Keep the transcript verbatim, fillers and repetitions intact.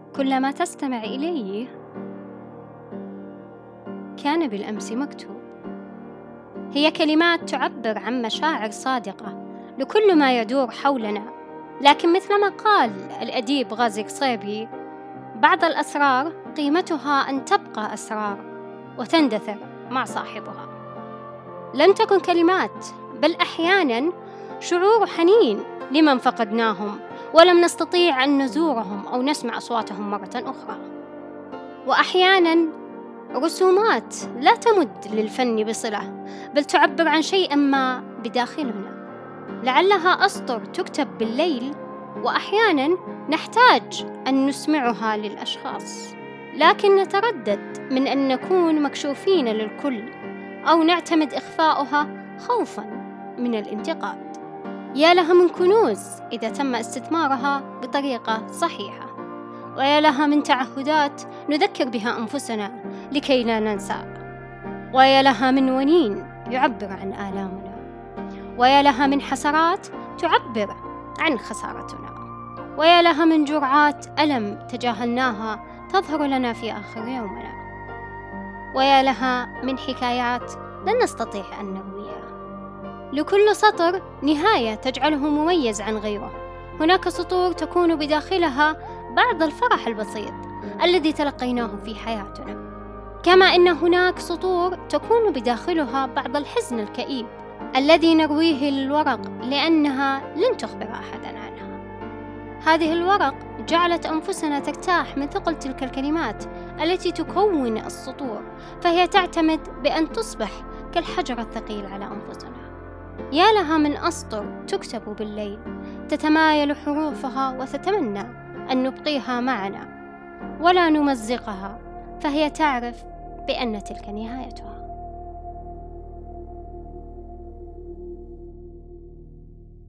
كل ما تستمع إليه كان بالأمس مكتوب. هي كلمات تعبر عن مشاعر صادقة لكل ما يدور حولنا، لكن مثلما قال الأديب غازي قصيبي: بعض الأسرار قيمتها أن تبقى أسرار وتندثر مع صاحبها. لم تكن كلمات، بل أحيانا شعور حنين لمن فقدناهم ولم نستطيع أن نزورهم أو نسمع أصواتهم مرة أخرى. وأحيانا رسومات لا تمد للفن بصلة، بل تعبر عن شيء ما بداخلنا، لعلها أسطر تكتب بالليل، وأحيانا نحتاج أن نسمعها للأشخاص، لكن نتردد من أن نكون مكشوفين للكل أو نعتمد إخفاؤها خوفا من الانتقاد. يا لها من كنوز إذا تم استثمارها بطريقة صحيحة، ويا لها من تعهدات نذكر بها أنفسنا لكي لا ننسى، ويا لها من ونين يعبر عن آلامنا، ويا لها من حسرات تعبر عن خسارتنا، ويا لها من جرعات ألم تجاهلناها تظهر لنا في آخر يومنا، ويا لها من حكايات لن نستطيع أن نرويها. لكل سطر نهاية تجعله مميز عن غيره. هناك سطور تكون بداخلها بعض الفرح البسيط الذي تلقيناه في حياتنا، كما إن هناك سطور تكون بداخلها بعض الحزن الكئيب الذي نرويه للورق لأنها لن تخبر أحدا عنها. هذه الورق جعلت أنفسنا ترتاح من ثقل تلك الكلمات التي تكون السطور، فهي تعتمد بأن تصبح كالحجر الثقيل على أنفسنا. يا لها من أسطر تكتب بالليل تتمايل حروفها وتتمنى أن نبقيها معنا ولا نمزقها، فهي تعرف بأن تلك نهايتها.